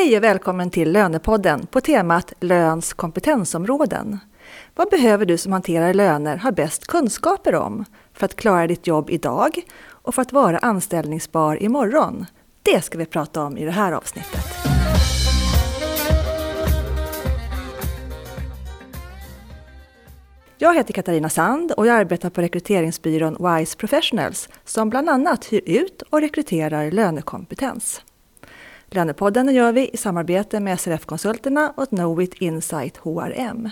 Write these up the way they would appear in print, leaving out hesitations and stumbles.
Hej och välkommen till Lönepodden på temat Löns kompetensområden. Vad behöver du som hanterar löner ha bäst kunskaper om för att klara ditt jobb idag och för att vara anställningsbar imorgon? Det ska vi prata om i det här avsnittet. Jag heter Katarina Sand och jag arbetar på rekryteringsbyrån Wise Professionals som bland annat hyr ut och rekryterar lönekompetens. Lönepodden gör vi i samarbete med SRF-konsulterna och Knowit Insight HRM.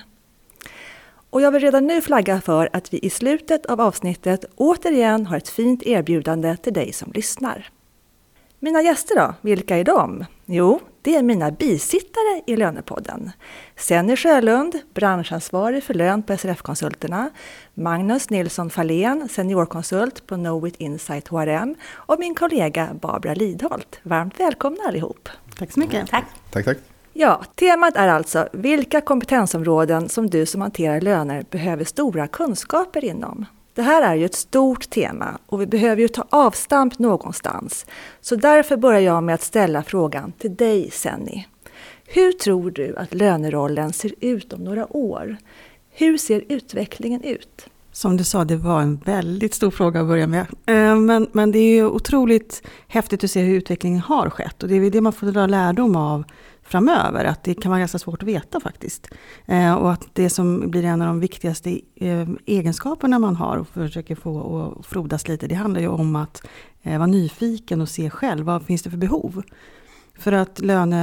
Och jag vill redan nu flagga för att vi i slutet av avsnittet återigen har ett fint erbjudande till dig som lyssnar. Mina gäster då, vilka är de? Jo, det är mina bisittare i Lönepodden. Senny Sjölund, branschansvarig för lön på SRF-konsulterna, Magnus Nilsson Fahlén, seniorkonsult på Knowit Insight HRM och min kollega Barbara Lidholt. Varmt välkomna allihop. Tack så mycket. Tack. Ja, temat är alltså vilka kompetensområden som du som hanterar löner behöver stora kunskaper inom. Det här är ju ett stort tema och vi behöver ju ta avstamp någonstans. Så därför börjar jag med att ställa frågan till dig, Senny. Hur tror du att lönerollen ser ut om några år? Hur ser utvecklingen ut? Som du sa, det var en väldigt stor fråga att börja med. Men det är ju otroligt häftigt att se hur utvecklingen har skett. Och det är det man får dra lärdom av framöver. Att det kan vara ganska svårt att veta faktiskt. Och att det som blir en av de viktigaste egenskaperna man har och försöker få och frodas lite. Det handlar ju om att vara nyfiken och se själv. Vad finns det för behov? För att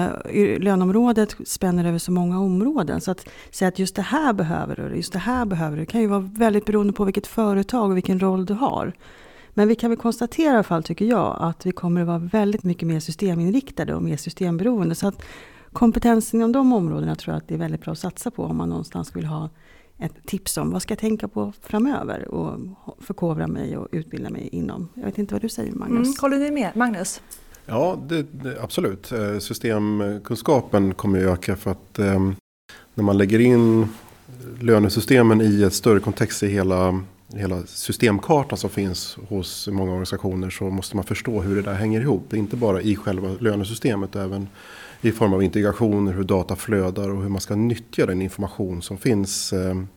löneområdet spänner över så många områden. Så att säga att just det här behöver du, just det här behöver du. Kan ju vara väldigt beroende på vilket företag och vilken roll du har. Men vi kan väl konstatera i alla fall, tycker jag, att vi kommer att vara väldigt mycket mer systeminriktade och mer systemberoende. Så att kompetensen inom de områdena tror jag att det är väldigt bra att satsa på om man någonstans vill ha ett tips om vad ska jag tänka på framöver och förkovra mig och utbilda mig inom. Jag vet inte vad du säger, Magnus. Håller du med, Magnus? Ja, absolut. Systemkunskapen kommer att öka för att när man lägger in lönesystemen i ett större kontext i hela systemkartan som finns hos många organisationer så måste man förstå hur det där hänger ihop. Det är inte bara i själva lönesystemet, även i form av integrationer, hur data flödar och hur man ska nyttja den information som finns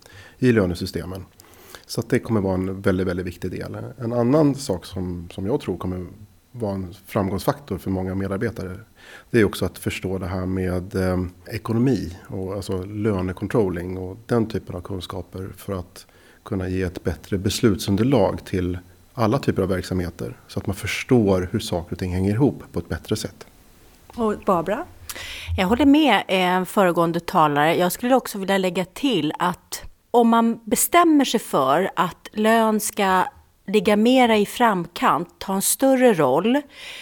i lönesystemen. Så att det kommer vara en väldigt, väldigt viktig del. En annan sak som jag tror kommer vara en framgångsfaktor för många medarbetare, det är också att förstå det här med ekonomi och alltså lönekontrolling och den typen av kunskaper för att kunna ge ett bättre beslutsunderlag till alla typer av verksamheter så att man förstår hur saker och ting hänger ihop på ett bättre sätt. Och Barbara? Jag håller med föregående talare. Jag skulle också vilja lägga till att om man bestämmer sig för att lön ska ligga mera i framkant, ta en större roll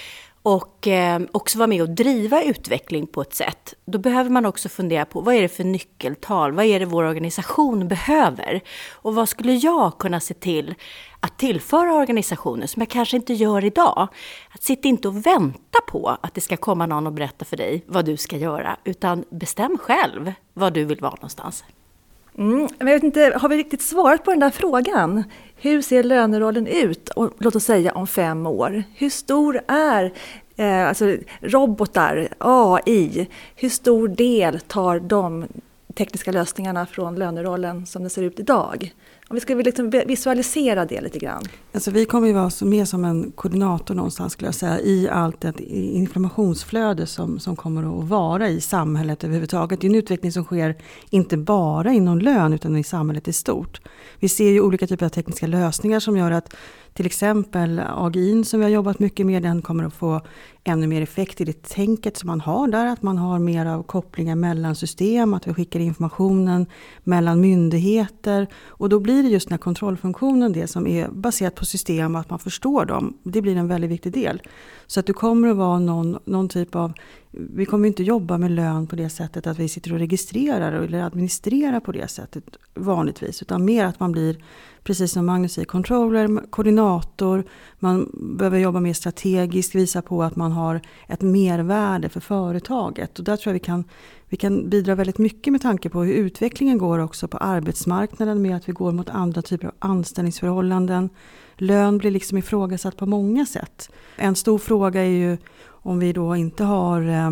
och också vara med och driva utveckling på ett sätt, då behöver man också fundera på vad är det för nyckeltal, vad är det vår organisation behöver och vad skulle jag kunna se till att tillföra organisationen som jag kanske inte gör idag. Att sitta inte och vänta på att det ska komma någon och berätta för dig vad du ska göra, utan bestäm själv vad du vill vara någonstans. Men jag vet inte, har vi riktigt svarat på den där frågan? Hur ser lönerollen ut? Och låt oss säga om 5 år. Hur stor är alltså robotar, AI? Hur stor del tar de tekniska lösningarna från lönerollen som det ser ut idag? Om vi ska liksom visualisera det lite grann. Alltså vi kommer ju vara mer som en koordinator någonstans skulle jag säga i allt ett informationsflöde som kommer att vara i samhället överhuvudtaget. Det är en utveckling som sker inte bara inom lön utan i samhället i stort. Vi ser ju olika typer av tekniska lösningar som gör att till exempel AGI som vi har jobbat mycket med, den kommer att få ännu mer effekt i det tänket som man har där. Att man har mer av kopplingar mellan system, att vi skickar informationen mellan myndigheter. Och då blir det just den här kontrollfunktionen, det som är baserat på system, att man förstår dem. Det blir en väldigt viktig del. Så att det kommer att vara någon typ av... Vi kommer inte jobba med lön på det sättet att vi sitter och registrerar eller administrerar på det sättet vanligtvis. Utan mer att man blir, precis som Magnus säger, controller, koordinator. Man behöver jobba mer strategiskt, visa på att man har ett mervärde för företaget. Och där tror jag vi kan bidra väldigt mycket med tanke på hur utvecklingen går också på arbetsmarknaden med att vi går mot andra typer av anställningsförhållanden. Lön blir liksom ifrågasatt på många sätt. En stor fråga är ju om vi då inte har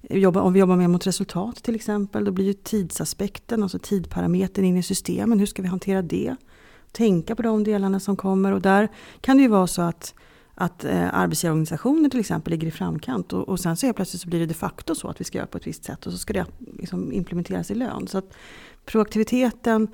Om vi jobbar mer mot resultat till exempel, då blir ju tidsaspekten, alltså tidparametern in i systemen. Hur ska vi hantera det? Tänka på de delarna som kommer, och där kan det ju vara så att arbetsgivarorganisationer till exempel ligger i framkant och sen så plötsligt så blir det de facto så att vi ska göra på ett visst sätt och så ska det liksom implementeras i lön. Så att proaktiviteten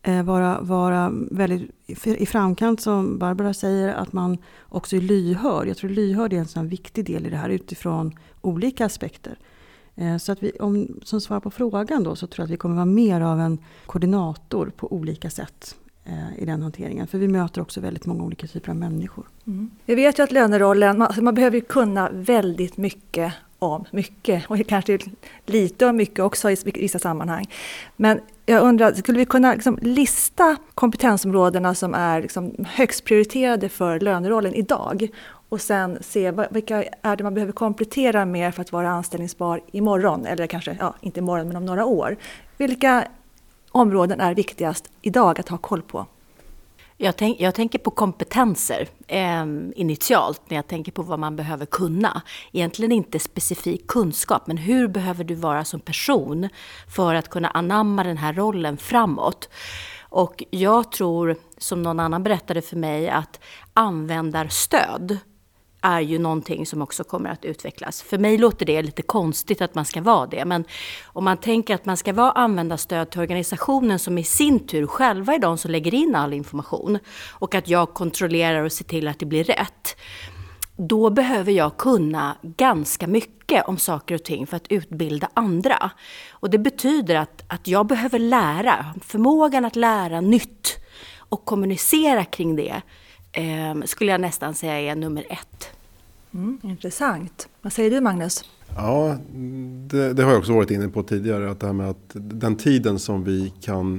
vara väldigt i framkant, som Barbara säger, att man också är lyhörd. Jag tror lyhörd är en sån viktig del i det här utifrån olika aspekter. Så att som svar på frågan då, så tror jag att vi kommer vara mer av en koordinator på olika sätt i den hanteringen. För vi möter också väldigt många olika typer av människor. Mm. Vi vet ju att lönerollen, man behöver ju kunna väldigt mycket om mycket. Och kanske lite om mycket också i vissa sammanhang. Men jag undrar, skulle vi kunna liksom lista kompetensområdena som är liksom högst prioriterade för lönerollen idag? Och sen se vilka är det man behöver komplettera med för att vara anställningsbar imorgon. Eller kanske, inte imorgon men om några år. Vilka områden är viktigast idag att ha koll på? Jag tänker på kompetenser initialt när jag tänker på vad man behöver kunna. Egentligen inte specifik kunskap, men hur behöver du vara som person för att kunna anamma den här rollen framåt? Och jag tror, som någon annan berättade för mig, att användarstöd är ju någonting som också kommer att utvecklas. För mig låter det lite konstigt att man ska vara det. Men om man tänker att man ska vara användarstöd till organisationen som i sin tur själva är de som lägger in all information. Och att jag kontrollerar och ser till att det blir rätt. Då behöver jag kunna ganska mycket om saker och ting för att utbilda andra. Och det betyder att jag behöver lära. Förmågan att lära nytt och kommunicera kring det skulle jag nästan säga är nummer 1. Intressant. Vad säger du, Magnus? Ja, det har jag också varit inne på tidigare. Att det här med att den tiden som vi kan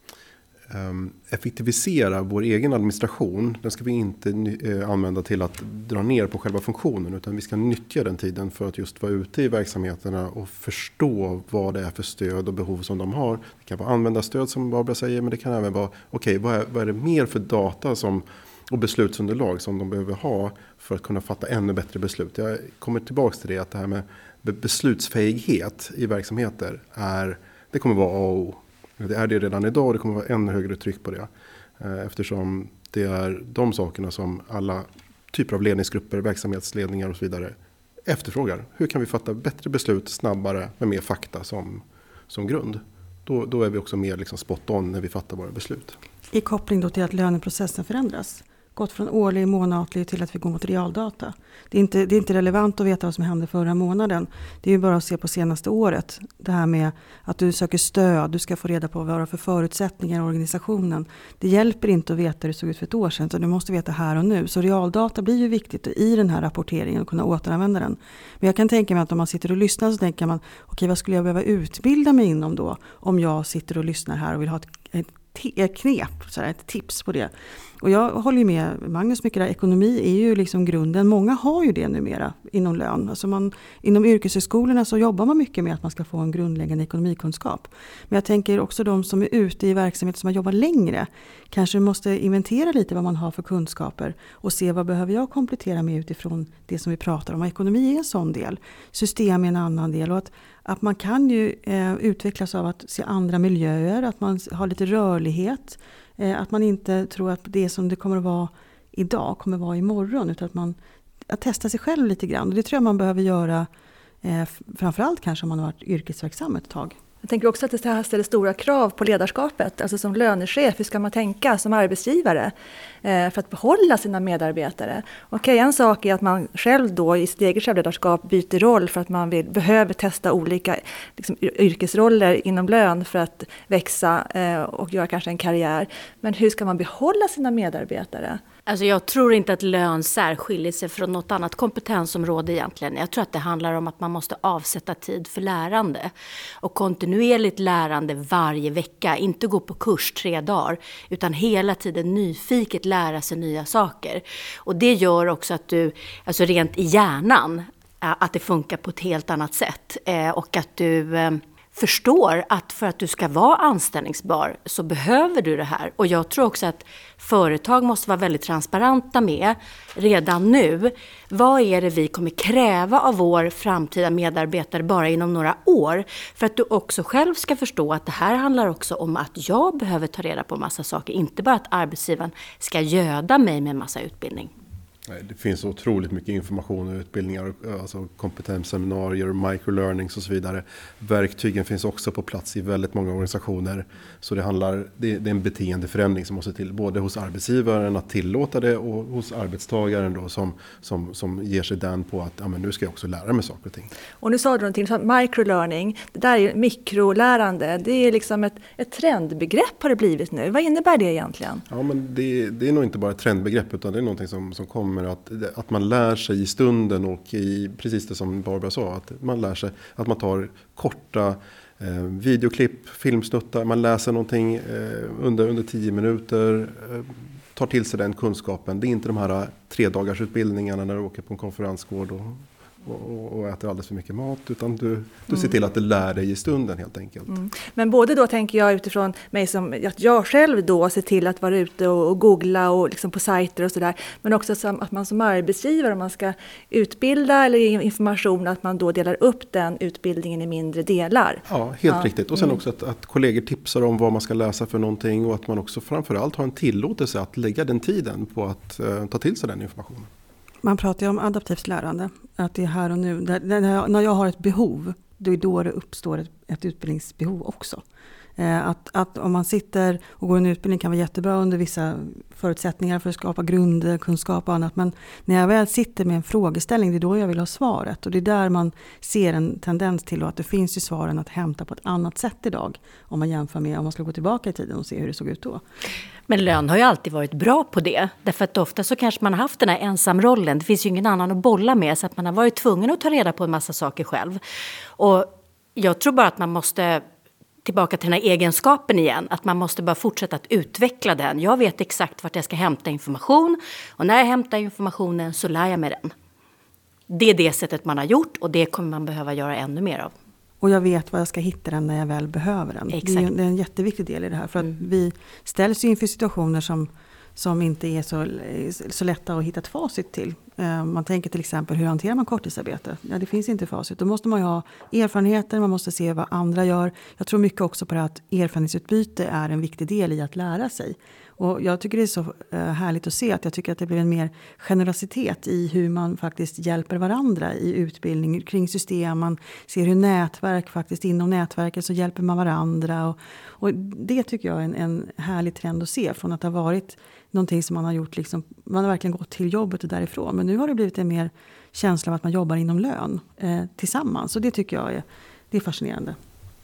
effektivisera vår egen administration, den ska vi inte använda till att dra ner på själva funktionen, utan vi ska nyttja den tiden för att just vara ute i verksamheterna och förstå vad det är för stöd och behov som de har. Det kan vara användarstöd som Barbara säger, men det kan även vara vad är det mer för data och beslutsunderlag som de behöver ha för att kunna fatta ännu bättre beslut. Jag kommer tillbaka till det, att det här med beslutsfähighet i verksamheter det kommer vara A och O. Det är det redan idag och det kommer vara ännu högre tryck på det. Eftersom det är de sakerna som alla typer av ledningsgrupper, verksamhetsledningar och så vidare efterfrågar. Hur kan vi fatta bättre beslut snabbare med mer fakta som grund? Då är vi också mer liksom spot on när vi fattar våra beslut. I koppling då till att löneprocessen förändras. Gått från årlig, månatlig till att vi går mot realdata. Det är inte relevant att veta vad som hände förra månaden. Det är ju bara att se på senaste året. Det här med att du söker stöd, du ska få reda på vad det är för förutsättningar i organisationen. Det hjälper inte att veta hur det såg ut för ett år sedan, så du måste veta här och nu. Så realdata blir ju viktigt i den här rapporteringen och kunna återanvända den. Men jag kan tänka mig att om man sitter och lyssnar så tänker man, okej, vad skulle jag behöva utbilda mig inom då? Om jag sitter och lyssnar här och vill ha ett knep, ett tips på det. Och jag håller ju med Magnus mycket där. Ekonomi är ju liksom grunden. Många har ju det numera inom lön. Alltså inom yrkeshögskolorna så jobbar man mycket med att man ska få en grundläggande ekonomikunskap. Men jag tänker också de som är ute i verksamhet som har jobbat längre kanske måste inventera lite vad man har för kunskaper och se vad behöver jag komplettera med utifrån det som vi pratar om. Och ekonomi är en sån del. System är en annan del. Och att man kan ju utvecklas av att se andra miljöer, att man har lite rörlighet. Att man inte tror att det som det kommer att vara idag kommer att vara imorgon, utan att testa sig själv lite grann. Och det tror jag man behöver göra framförallt kanske om man har varit yrkesverksam ett tag. Jag tänker också att det här ställer stora krav på ledarskapet. Alltså som lönechef, hur ska man tänka som arbetsgivare för att behålla sina medarbetare? Okej, en sak är att man själv då i sitt eget självledarskap byter roll för att man behöver testa olika yrkesroller inom lön för att växa och göra kanske en karriär. Men hur ska man behålla sina medarbetare? Alltså jag tror inte att lön särskiljer sig från något annat kompetensområde egentligen. Jag tror att det handlar om att man måste avsätta tid för lärande. Och kontinuerligt lärande varje vecka. Inte gå på kurs 3 dagar. Utan hela tiden nyfiket lära sig nya saker. Och det gör också att du, alltså rent i hjärnan, att det funkar på ett helt annat sätt. Och att du förstår att för att du ska vara anställningsbar så behöver du det här. Och jag tror också att företag måste vara väldigt transparenta med redan nu. Vad är det vi kommer kräva av vår framtida medarbetare bara inom några år? För att du också själv ska förstå att det här handlar också om att jag behöver ta reda på massa saker. Inte bara att arbetsgivaren ska göda mig med massa utbildning. Det finns otroligt mycket information och utbildningar, alltså kompetensseminarier, microlearnings och så vidare. Verktygen finns också på plats i väldigt många organisationer. Så det är en beteendeförändring som måste till, både hos arbetsgivaren att tillåta det och hos arbetstagaren då som ger sig den på att men nu ska jag också lära mig saker och ting. Och nu sa du någonting som microlearning, det där är mikrolärande, det är liksom ett trendbegrepp har det blivit nu. Vad innebär det egentligen? Ja, men det är nog inte bara ett trendbegrepp utan det är någonting som kommer att man lär sig i stunden och precis det som Barbara sa, att man lär sig att man tar korta videoklipp, filmsnuttar, man läser någonting under 10 minuter, tar till sig den kunskapen. Det är inte de här 3-dagarsutbildningarna när du åker på en konferensgård och äter alldeles för mycket mat, utan du ser till att du lär dig i stunden helt enkelt. Men både då tänker jag utifrån mig som att jag själv då ser till att vara ute och googla och liksom på sajter och sådär, men också att man som arbetsgivare, om man ska utbilda eller ge information, att man då delar upp den utbildningen i mindre delar. Ja, helt riktigt. Och sen också att kollegor tipsar om vad man ska läsa för någonting och att man också framförallt har en tillåtelse att lägga den tiden på att ta till sig den informationen. Man pratar ju om adaptivt lärande, att det är här och nu. När jag har ett behov, då är då det uppstår ett utbildningsbehov också. Att om man sitter och går en utbildning kan vara jättebra under vissa förutsättningar för att skapa grundkunskap och annat. Men när jag väl sitter med en frågeställning, det är då jag vill ha svaret. Och det är där man ser en tendens till att det finns ju svaren att hämta på ett annat sätt idag. Om man jämför med om man ska gå tillbaka i tiden och se hur det såg ut då. Men lön har ju alltid varit bra på det. Därför att ofta så kanske man har haft den här ensamrollen. Det finns ju ingen annan att bolla med, så att man har varit tvungen att ta reda på en massa saker själv. Och jag tror bara att man måste tillbaka till den här egenskapen igen. Att man måste bara fortsätta att utveckla den. Jag vet exakt vart jag ska hämta information. Och när jag hämtar informationen så lär jag mig den. Det är det sättet man har gjort och det kommer man behöva göra ännu mer av. Och jag vet var jag ska hitta den när jag väl behöver den. Exakt. Det är en jätteviktig del i det här. För att vi ställs ju inför situationer som inte är så lätta att hitta ett facit till. Man tänker till exempel, hur hanterar man korttidsarbete? Ja, det finns inte facit. Då måste man ju ha erfarenheter, man måste se vad andra gör. Jag tror mycket också på det att erfarenhetsutbyte är en viktig del i att lära sig. Och jag tycker det är så härligt att se att jag tycker att det blir en mer generositet i hur man faktiskt hjälper varandra i utbildning kring system. Man ser hur nätverk faktiskt, inom nätverket så hjälper man varandra. Och det tycker jag är en härlig trend att se, från att ha varit någonting som man har gjort, liksom, man har verkligen gått till jobbet och därifrån. Men nu har det blivit en mer känsla av att man jobbar inom lön tillsammans. Och det tycker jag är fascinerande.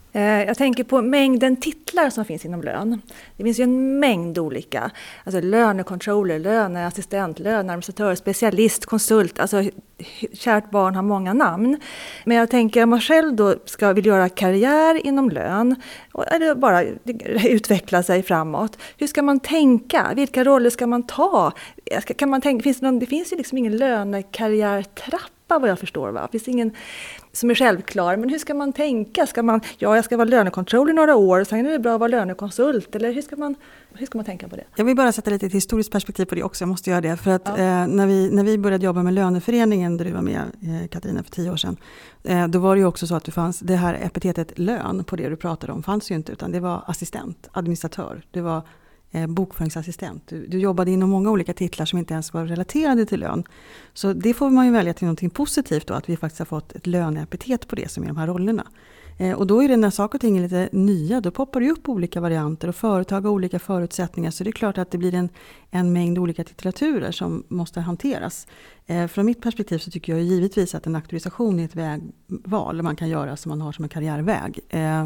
Jag tänker på mängden titlar som finns inom lön. Det finns ju en mängd olika. Alltså lönecontroller, löneassistent, löneadministratör, specialist, konsult. Alltså kärt barn har många namn. Men jag tänker om man själv då vill göra karriär inom lön eller bara utveckla sig framåt. Hur ska man tänka? Vilka roller ska man ta? Kan man tänka, det finns ju liksom ingen lönekarriärtrapp vad jag förstår. Va? Det finns ingen som är självklar. Men hur ska man tänka? Jag ska vara lönekontroll i några år. Sen är det bra att vara lönekonsult. Eller hur ska man tänka på det? Jag vill bara sätta lite historiskt perspektiv på det också. Jag måste göra det. För att när vi började jobba med löneföreningen, där du var med Katarina för 10 år sedan. Då var det ju också så att det fanns det här epitetet lön på det du pratade om. Fanns ju inte, utan det var assistent, administratör. Det var bokföringsassistent. Du jobbade inom många olika titlar som inte ens var relaterade till lön. Så det får man ju välja till något positivt då, att vi faktiskt har fått ett löneepitet på det som är de här rollerna. Och då är det när saker och ting är lite nya, då poppar det upp olika varianter och företag har olika förutsättningar, så det är klart att det blir en mängd olika titulaturer som måste hanteras. Från mitt perspektiv så tycker jag givetvis att en auktorisation är ett vägval man kan göra som man har som en karriärväg.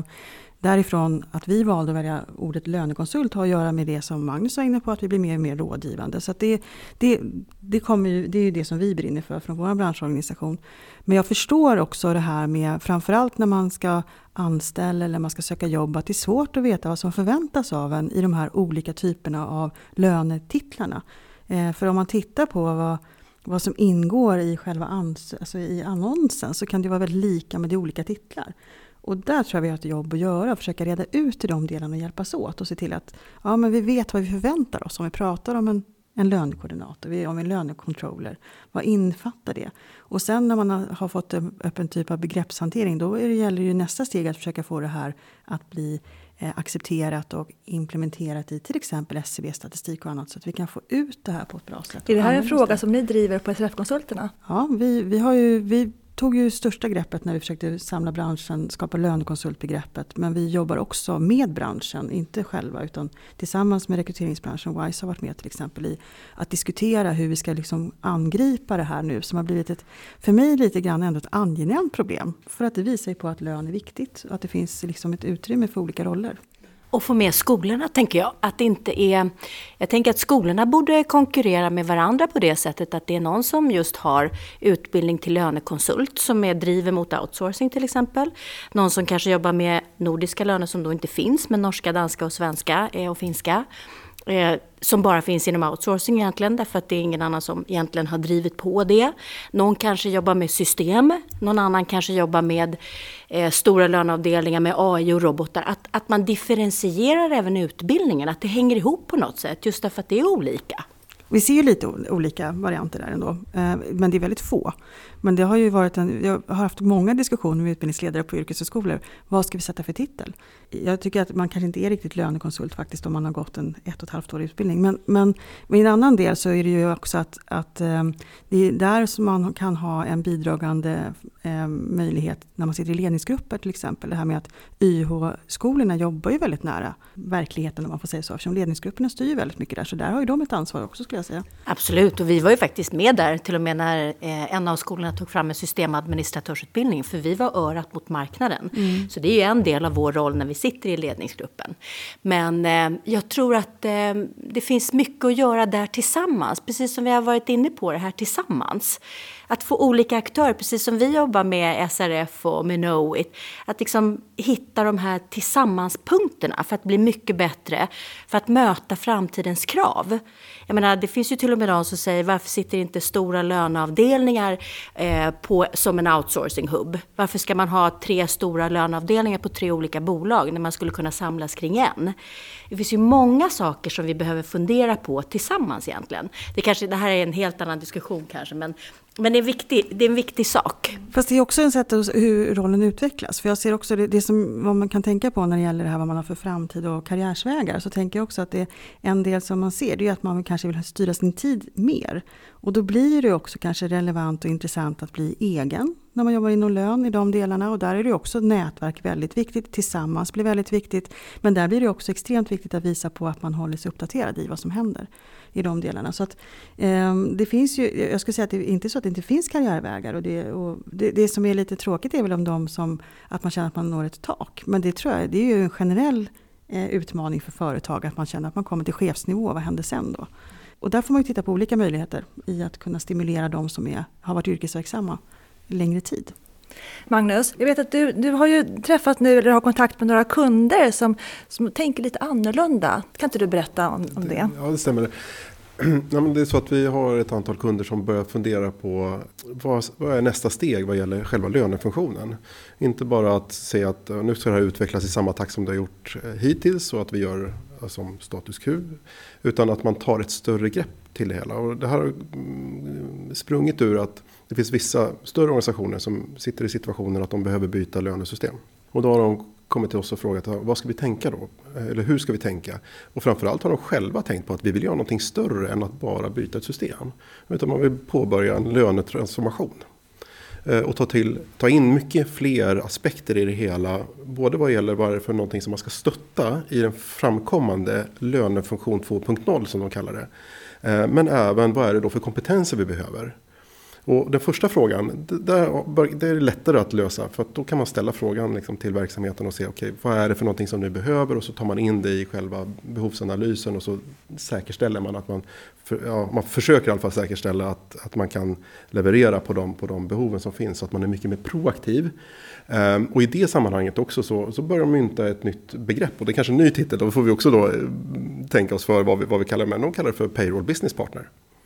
Därifrån att vi valde att välja ordet lönekonsult har att göra med det som Magnus var inne på, att vi blir mer och mer rådgivande. Så att det är ju det som vi brinner för från vår branschorganisation. Men jag förstår också det här med, framförallt när man ska anställa eller man ska söka jobb, att det är svårt att veta vad som förväntas av en i de här olika typerna av lönetitlarna. För om man tittar på vad som ingår i själva i annonsen, så kan det vara väldigt lika med de olika titlar. Och där tror jag vi har ett jobb att göra, försöka reda ut i de delarna och hjälpas åt och se till att men vi vet vad vi förväntar oss. Om vi pratar om en lönekoordinator, om en lönecontroller, vad innefattar det? Och sen när man har fått en typ av begreppshantering, då gäller ju nästa steg att försöka få det här att bli accepterat och implementerat i till exempel SCB-statistik och annat, så att vi kan få ut det här på ett bra sätt. Är det här en fråga som ni driver på SRF-konsulterna? Ja, vi tog ju största greppet när vi försökte samla branschen, skapa lönekonsultbegreppet, men vi jobbar också med branschen, inte själva utan tillsammans med rekryteringsbranschen. WISE har varit med till exempel i att diskutera hur vi ska liksom angripa det här nu, som har blivit för mig lite grann ändå ett angenämt problem, för att det visar ju på att lön är viktigt och att det finns liksom ett utrymme för olika roller. Och få med skolorna, tänker jag. Jag tänker att skolorna borde konkurrera med varandra på det sättet att det är någon som just har utbildning till lönekonsult som driver mot outsourcing till exempel. Någon som kanske jobbar med nordiska löner som då inte finns, men norska, danska och svenska och finska. Som bara finns inom outsourcing egentligen, därför att det är ingen annan som egentligen har drivit på det. Någon kanske jobbar med system, någon annan kanske jobbar med stora löneavdelningar med AI och robotar. Att man differentierar även utbildningen, att det hänger ihop på något sätt, just därför att det är olika. Vi ser ju lite olika varianter där ändå, men det är väldigt få. Men det har ju varit jag har haft många diskussioner med utbildningsledare på yrkeshögskolor. Vad ska vi sätta för titel? Jag tycker att man kanske inte är riktigt lönekonsult faktiskt om man har gått en 1,5 år utbildning. Men i en annan del så är det ju också att det är där som man kan ha en bidragande möjlighet när man sitter i ledningsgrupper till exempel. Det här med att YH-skolorna jobbar ju väldigt nära verkligheten, om man får säga så. Eftersom ledningsgrupperna styr väldigt mycket där, så där har ju de ett ansvar också, skulle jag säga. Absolut, och vi var ju faktiskt med där till och med när en av skolorna tog fram en systemadministratörsutbildning, för vi var örat mot marknaden. Så det är ju en del av vår roll när vi sitter i ledningsgruppen. Men jag tror att det finns mycket att göra där tillsammans, precis som vi har varit inne på det här tillsammans. Att få olika aktörer, precis som vi jobbar med SRF och med Knowit, att liksom hitta de här tillsammanspunkterna för att bli mycket bättre, för att möta framtidens krav. Jag menar, det finns ju till och med de som säger, varför sitter inte stora löneavdelningar som en outsourcing-hub? Varför ska man ha 3 stora löneavdelningar på 3 olika bolag när man skulle kunna samlas kring en? Det finns ju många saker som vi behöver fundera på tillsammans egentligen. Det här är en helt annan diskussion kanske, men det är en viktig sak. Fast det är också en sätt hur rollen utvecklas. För jag ser också det som vad man kan tänka på när det gäller det här, vad man har för framtid och karriärsvägar. Så tänker jag också att det är en del som man ser, det är att man kanske vill styra sin tid mer. Och då blir det också kanske relevant och intressant att bli egen när man jobbar inom lön i de delarna. Och där är det också nätverk väldigt viktigt. Tillsammans blir väldigt viktigt. Men där blir det också extremt viktigt att visa på att man håller sig uppdaterad i vad som händer i de delarna. Så att det finns ju, jag skulle säga att det är inte så att det inte finns karriärvägar. Och det som är lite tråkigt är väl om de som, att man känner att man når ett tak. Men det tror jag, det är ju en generell utmaning för företag, att man känner att man kommer till chefsnivå. Vad händer sen då? Och där får man ju titta på olika möjligheter i att kunna stimulera de som har varit yrkesverksamma längre tid. Magnus, jag vet att du har ju träffat nu, eller har kontakt med några kunder som tänker lite annorlunda. Kan inte du berätta om det? Ja, det stämmer. Det är så att vi har ett antal kunder som börjar fundera på vad är nästa steg vad gäller själva lönefunktionen. Inte bara att säga att nu ska det här utvecklas i samma takt som det har gjort hittills, så att vi gör som status quo, utan att man tar ett större grepp till det hela. Och det här har sprungit ur att det finns vissa större organisationer som sitter i situationen att de behöver byta lönesystem. Och då har de kommit till oss och frågat, vad ska vi tänka då? Eller hur ska vi tänka? Och framförallt har de själva tänkt på att vi vill göra någonting större än att bara byta ett system. Utan man vill påbörja en lönetransformation. Och ta in mycket fler aspekter i det hela. Både vad gäller vad det är för någonting som man ska stötta i den framkommande lönefunktion 2.0 som de kallar det. Men även vad är det då för kompetenser vi behöver. Och den första frågan, det är lättare att lösa, för att då kan man ställa frågan liksom till verksamheten och se vad är det för någonting som ni behöver, och så tar man in det i själva behovsanalysen och så säkerställer man att man försöker i alla fall säkerställa att man kan leverera på de behoven som finns, så att man är mycket mer proaktiv. Och i det sammanhanget också så börjar de mynta ett nytt begrepp, och det är kanske en ny titel, då får vi också då tänka oss för vad vi kallar det, men de kallar det för payroll business partner.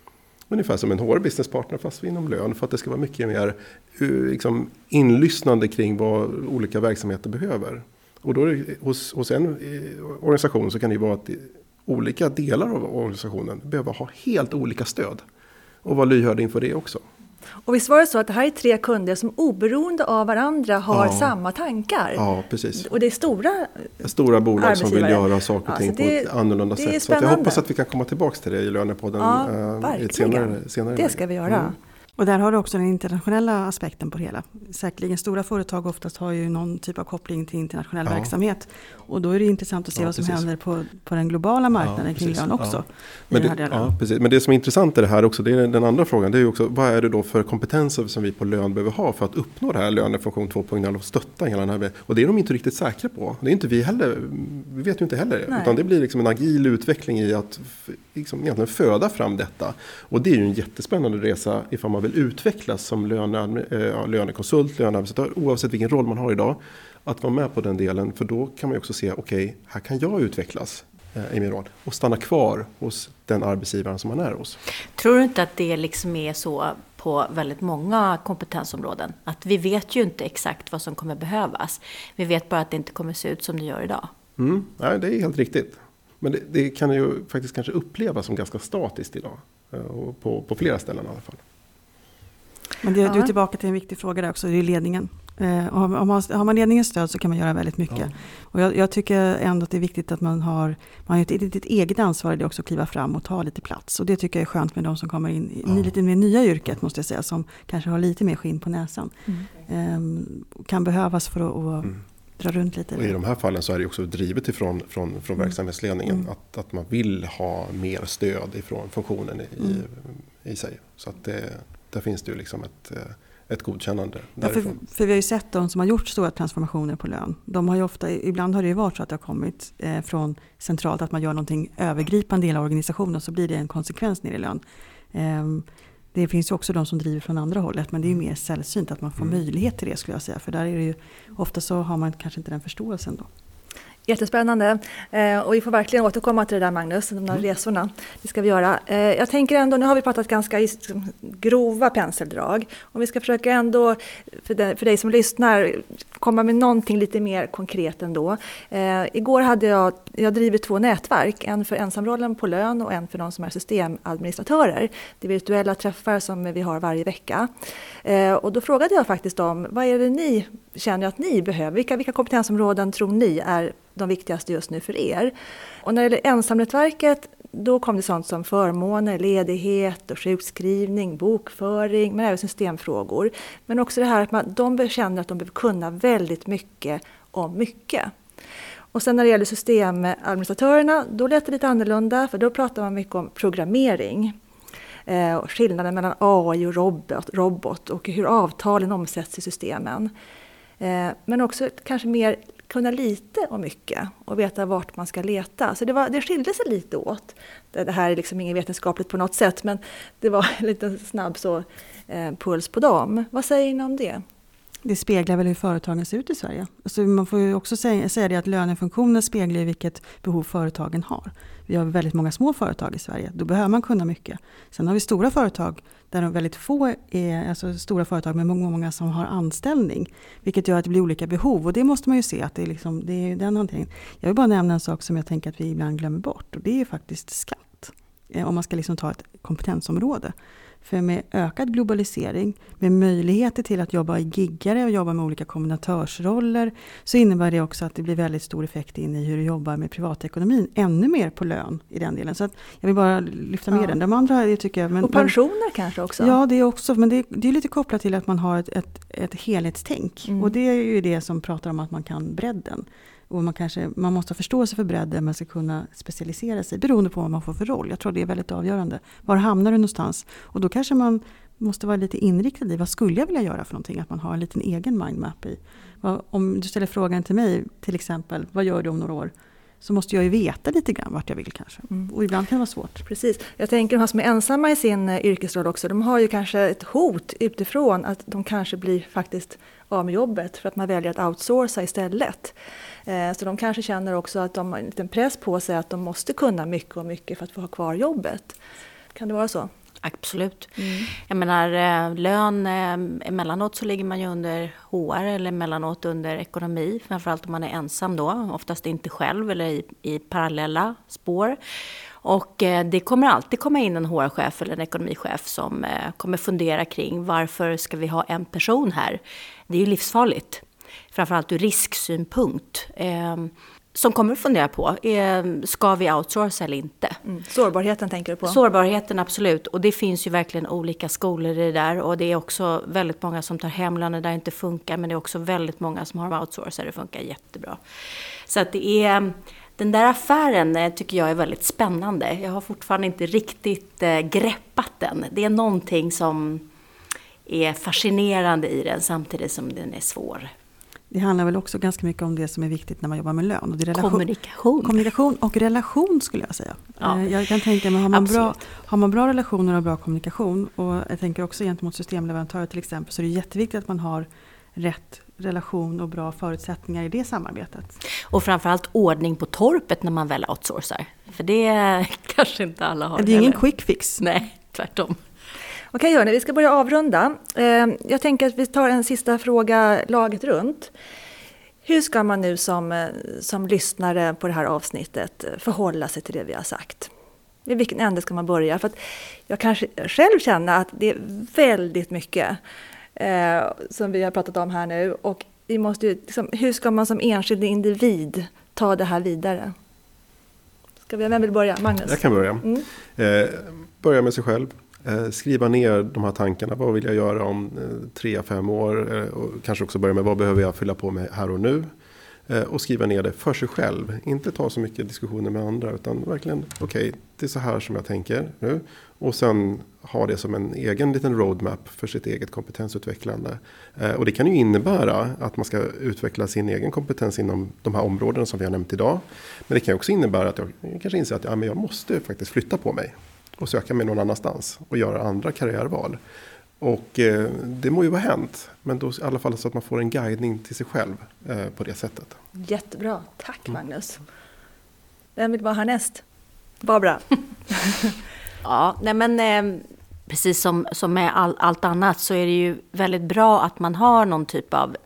ungefär som en HR-businesspartner fast inom lön, för att det ska vara mycket mer liksom, inlyssnande kring vad olika verksamheter behöver. Och då hos en organisation så kan det ju vara att olika delar av organisationen behöver ha helt olika stöd och vara lyhörd inför det också. Och visst var det så att det här är 3 kunder som oberoende av varandra har samma tankar? Ja, precis. Och det är stora bolag som vill göra saker och ting på ett annorlunda sätt. Så att jag hoppas att vi kan komma tillbaka till det i Lönepodden i ett senare det ska vi göra. Och där har du också den internationella aspekten på det hela. Säkerligen stora företag oftast har ju någon typ av koppling till internationell verksamhet. Och då är det intressant att se vad som händer på den globala marknaden kring lön också. Precis. Men det som är intressant i det här också, det är den andra frågan. Det är ju också, vad är det då för kompetenser som vi på lön behöver ha för att uppnå det här lönefunktion 2.0 och stötta hela den här. Och det är de inte riktigt säkra på. Det är inte vi heller. Vi vet ju inte heller. Nej. Utan det blir liksom en agil utveckling i att liksom egentligen föda fram detta. Och det är ju en jättespännande resa ifall man vill utvecklas som lönekonsult, löneadministratör, oavsett vilken roll man har idag, att vara med på den delen, för då kan man ju också se, okej, här kan jag utvecklas i min roll och stanna kvar hos den arbetsgivaren som man är hos. Tror du inte att det liksom är så på väldigt många kompetensområden? Att vi vet ju inte exakt vad som kommer behövas. Vi vet bara att det inte kommer se ut som det gör idag. Nej, det är helt riktigt. Men det kan ju faktiskt kanske upplevas som ganska statiskt idag. Och på flera ställen i alla fall. Men du är tillbaka till en viktig fråga där också, det är ledningen. Har man ledningens stöd så kan man göra väldigt mycket. Ja. Och jag tycker ändå att det är viktigt att man har ett eget ansvar i det också, att kliva fram och ta lite plats. Och det tycker jag är skönt med de som kommer in i lite mer nya yrket, måste jag säga, som kanske har lite mer skinn på näsan. Kan behövas för att dra runt lite. Och i de här fallen så är det också drivet ifrån från verksamhetsledningen att man vill ha mer stöd ifrån funktionen i sig. Så att där finns det ju liksom ett godkännande därifrån. För vi har ju sett de som har gjort stora transformationer på lön. De har ju ibland har det ju varit så att det har kommit från centralt, att man gör någonting övergripande i hela organisationen, så blir det en konsekvens ner i lön. Det finns ju också de som driver från andra hållet, men det är ju mer sällsynt att man får möjlighet till det, skulle jag säga. För där är det ju, ofta så har man kanske inte den förståelsen då. Jättespännande. Och vi får verkligen återkomma till det där, Magnus, de där resorna. Det ska vi göra. Jag tänker ändå, nu har vi pratat ganska grova penseldrag. Och vi ska försöka ändå, för dig som lyssnar, komma med någonting lite mer konkret ändå. Igår hade jag drivit 2 nätverk. En för ensamrollen på lön och en för de som är systemadministratörer. Det är virtuella träffar som vi har varje vecka. Och då frågade jag faktiskt om, vad är det ni känner att ni behöver? Vilka kompetensområden tror ni är de viktigaste just nu för er? Och när det gäller ensamnätverket, då kom det sånt som förmåner, ledighet och sjukskrivning, bokföring, men även systemfrågor. Men också det här att de känner att de behöver kunna väldigt mycket om mycket. Och sen när det gäller systemadministratörerna, då lät det lite annorlunda, för då pratar man mycket om programmering. Och skillnaden mellan AI och robot och hur avtalen omsätts i systemen. Men också kanske mer kunna lite om mycket och veta vart man ska leta. Så det skilde sig lite åt. Det här är liksom inget vetenskapligt på något sätt, men det var en liten snabb puls på dem. Vad säger ni om det? Det speglar väl hur företagen ser ut i Sverige. Alltså man får ju också säga det att lönefunktionen speglar vilket behov företagen har. Vi har väldigt många små företag i Sverige. Då behöver man kunna mycket. Sen har vi stora företag där de väldigt få är, alltså stora företag med många som har anställning. Vilket gör att det blir olika behov. Och det måste man ju se att det är den hanteringen. Jag vill bara nämna en sak som jag tänker att vi ibland glömmer bort. Och det är faktiskt skatt. Om man ska ta ett kompetensområde. För med ökad globalisering, med möjligheter till att jobba i giggare och jobba med olika kombinatörsroller, så innebär det också att det blir väldigt stor effekt in i hur du jobbar med privatekonomin. Ännu mer på lön i den delen. Så att jag vill bara lyfta med den. De andra, det tycker jag. Och pensioner kanske också? Ja, det är också. Men det är lite kopplat till att man har ett helhetstänk. Och det är ju det som pratar om att man kan bredden. Och man måste ha förståelse för bredden, man ska kunna specialisera sig beroende på vad man får för roll. Jag tror det är väldigt avgörande. Var hamnar du någonstans? Och då kanske man måste vara lite inriktad i vad skulle jag vilja göra för någonting. Att man har en liten egen mindmap i. Om du ställer frågan till mig till exempel, vad gör du om några år? Så måste jag ju veta lite grann vart jag vill kanske. Och ibland kan det vara svårt. Precis. Jag tänker de här som är ensamma i sin yrkesroll också. De har ju kanske ett hot utifrån att de kanske blir faktiskt av med jobbet för att man väljer att outsourca istället. Så de kanske känner också att de har en liten press på sig att de måste kunna mycket och mycket för att få ha kvar jobbet. Kan det vara så? Absolut. Jag menar, lön, emellanåt så ligger man ju under HR eller emellanåt under ekonomi. Framförallt om man är ensam då, oftast inte själv eller i parallella spår. Och det kommer alltid komma in en HR-chef eller en ekonomichef som kommer fundera kring varför ska vi ha en person här? Det är ju livsfarligt, framförallt ur risksynpunkt. Som kommer att fundera på, ska vi outsourca eller inte? Sårbarheten tänker du på? Sårbarheten, absolut. Och det finns ju verkligen olika skolor i det där. Och det är också väldigt många som tar hemlöner där det inte funkar. Men det är också väldigt många som har outsourcat. Det funkar jättebra. Så att det är... Den där affären tycker jag är väldigt spännande. Jag har fortfarande inte riktigt greppat den. Det är någonting som är fascinerande i den samtidigt som den är svår. Det handlar väl också ganska mycket om det som är viktigt när man jobbar med lön. Och det är Kommunikation och relation skulle jag säga. Ja. Jag kan tänka mig, har man bra relationer och bra kommunikation, och jag tänker också gentemot systemleverantörer till exempel, så är det jätteviktigt att man har rätt relation och bra förutsättningar i det samarbetet. Och framförallt ordning på torpet när man väl outsourcar. För det kanske inte alla har. Det är ingen quick fix. Nej, tvärtom. Okej hörni, vi ska börja avrunda. Jag tänker att vi tar en sista fråga laget runt. Hur ska man nu som lyssnare på det här avsnittet förhålla sig till det vi har sagt? I vilken ände ska man börja? För att jag kanske själv känner att det är väldigt mycket som vi har pratat om här nu. Och vi måste ju, hur ska man som enskild individ ta det här vidare? Vem vill börja? Magnus? Jag kan börja. Börja med sig själv. Skriva ner de här tankarna. Vad vill jag göra om 3-5 år? Och kanske också börja med vad behöver jag fylla på med här och nu? Och skriva ner det för sig själv. Inte ta så mycket diskussioner med andra. Utan verkligen, okej, det är så här som jag tänker nu. Och sen ha det som en egen liten roadmap för sitt eget kompetensutvecklande. Och det kan ju innebära att man ska utveckla sin egen kompetens inom de här områdena som vi har nämnt idag. Men det kan också innebära att jag kanske inser att men jag måste faktiskt flytta på mig. Och söka mig någon annanstans och göra andra karriärval. Och det må ju vara hänt. Men då i alla fall så att man får en guidning till sig själv på det sättet. Jättebra. Tack Magnus. Vem vill vara härnäst? Barbara. Ja, nej men precis som med allt annat så är det ju väldigt bra att man har någon typ av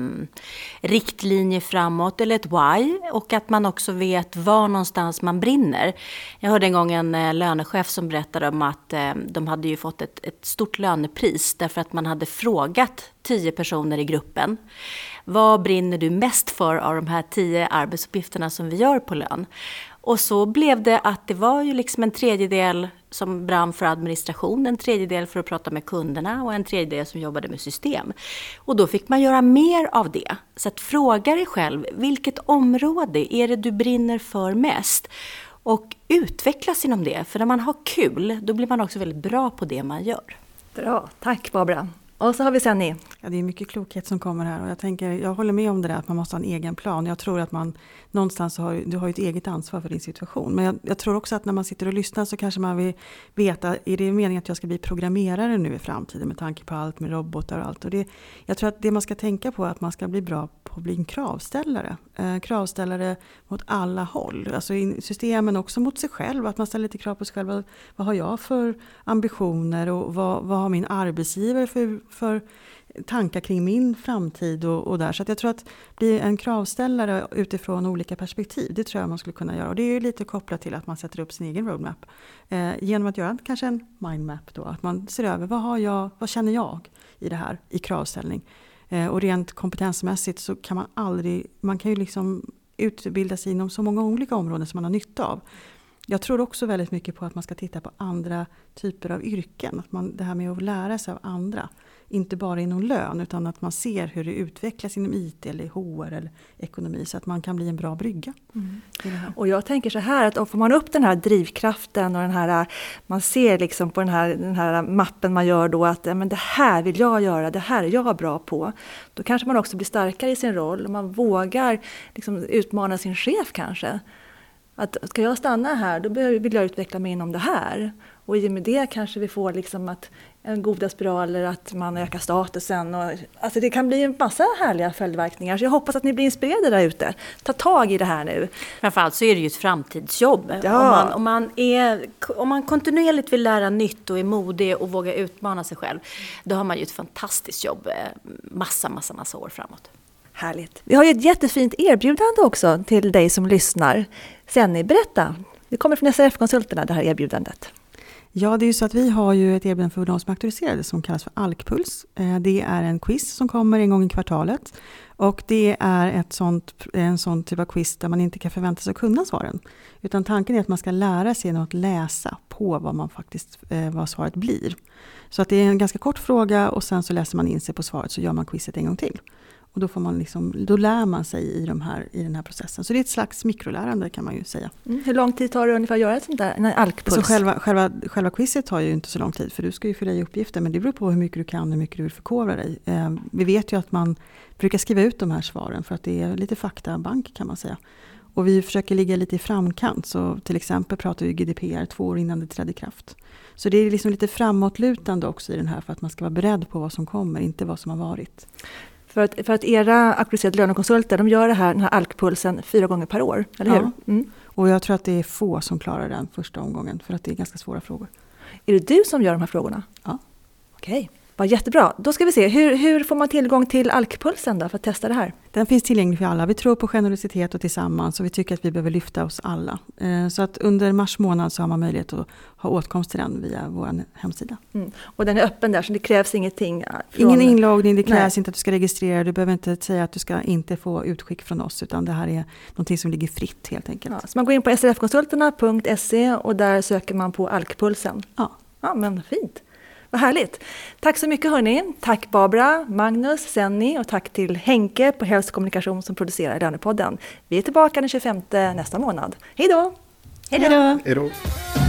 riktlinje framåt eller ett why, och att man också vet var någonstans man brinner. Jag hörde en gång en lönechef som berättade om att de hade ju fått ett stort lönepris därför att man hade frågat 10 personer i gruppen. Vad brinner du mest för av de här 10 arbetsuppgifterna som vi gör på lön? Och så blev det att det var ju liksom en tredjedel som brann för administration, en tredjedel för att prata med kunderna och en tredjedel som jobbade med system. Och då fick man göra mer av det. Så att fråga dig själv, vilket område är det du brinner för mest? Och utvecklas inom det, för när man har kul, då blir man också väldigt bra på det man gör. Bra, tack Barbara. Och så har vi Senni. Ja, det är mycket klokhet som kommer här, och jag håller med om det där att man måste ha en egen plan. Jag tror att man någonstans du har ett eget ansvar för din situation. Men jag tror också att när man sitter och lyssnar så kanske man vill veta, är det meningen att jag ska bli programmerare nu i framtiden med tanke på allt med robotar och allt. Och jag tror att det man ska tänka på är att man ska bli bra på att bli en kravställare. Kravställare mot alla håll. Alltså i systemen också mot sig själv. Att man ställer lite krav på sig själv. Vad har jag för ambitioner och vad har min arbetsgivare för tankar kring min framtid och där. Så att jag tror att bli en kravställare utifrån olika perspektiv, det tror jag man skulle kunna göra. Och det är ju lite kopplat till att man sätter upp sin egen roadmap. Genom att göra kanske en mindmap då. Att man ser över vad känner jag i det här i kravställning. Och rent kompetensmässigt så kan man kan ju liksom utbilda sig inom så många olika områden som man har nytta av. Jag tror också väldigt mycket på att man ska titta på andra typer av yrken. Att det här med att lära sig av andra. Inte bara inom lön, utan att man ser hur det utvecklas inom IT eller HR eller ekonomi. Så att man kan bli en bra brygga. I det här. Och jag tänker så här, att får man upp den här drivkraften och den här, man ser liksom på den här mappen man gör då att men det här vill jag göra, det här är jag bra på. Då kanske man också blir starkare i sin roll och man vågar liksom utmana sin chef kanske. Att ska jag stanna här, då vill jag utveckla mig inom det här. Och i och med det kanske vi får liksom att en goda spiraler, att man ökar statusen. Och, alltså det kan bli en massa härliga följdverkningar. Så jag hoppas att ni blir inspirerade där ute. Ta tag i det här nu. Framförallt så är det ju ett framtidsjobb. Ja. Om man kontinuerligt vill lära nytt och är modig och vågar utmana sig själv, då har man ju ett fantastiskt jobb massa år framåt. Härligt. Vi har ju ett jättefint erbjudande också till dig som lyssnar. Senni, berätta. Det kommer från SRF-konsulterna, det här erbjudandet. Ja, det är ju så att vi har ju ett erbjudande för de som är auktoriserade som kallas för ALK-puls. Det är en quiz som kommer en gång i kvartalet. Och det är en sån typ av quiz där man inte kan förvänta sig att kunna svaren. Utan tanken är att man ska lära sig genom att läsa på vad svaret blir. Så att det är en ganska kort fråga och sen så läser man in sig på svaret, så gör man quizet en gång till. Och då lär man sig i den här processen. Så det är ett slags mikrolärande kan man ju säga. Hur lång tid tar det ungefär att göra ett sånt där, en ALK-puls? Så själva quizet tar ju inte så lång tid, för du ska ju fylla i uppgifter. Men det beror på hur mycket du kan, hur mycket du vill förkovra dig. Vi vet ju att man brukar skriva ut de här svaren för att det är lite faktabank kan man säga. Och vi försöker ligga lite i framkant. Så till exempel pratar vi GDPR 2 år innan det trädde i kraft. Så det är liksom lite framåtlutande också i den här, för att man ska vara beredd på vad som kommer, inte vad som har varit. För att era auktoriserade lönekonsulter, de gör den här ALK-pulsen 4 gånger per år, eller hur? Ja. Mm. Och jag tror att det är få som klarar den första omgången, för att det är ganska svåra frågor. Är det du som gör de här frågorna? Ja. Okej, vad jättebra. Då ska vi se, hur får man tillgång till ALK-pulsen då för att testa det här? Den finns tillgänglig för alla. Vi tror på generositet och tillsammans, och vi tycker att vi behöver lyfta oss alla. Så att under mars månad så har man möjlighet att ha åtkomst till den via vår hemsida. Och den är öppen där, så det krävs ingenting? Ingen inloggning, det krävs inte att du ska registrera. Du behöver inte säga att du ska inte få utskick från oss, utan det här är någonting som ligger fritt helt enkelt. Ja, så man går in på srfkonsulterna.se och där söker man på ALK-pulsen? Ja, men fint. Vad härligt. Tack så mycket hörni. Tack Barbara, Magnus, Senni och tack till Henke på Hälsokommunikation som producerar Lönepodden. Vi är tillbaka den 25 nästa månad. Hej då! Hej då! Hej då!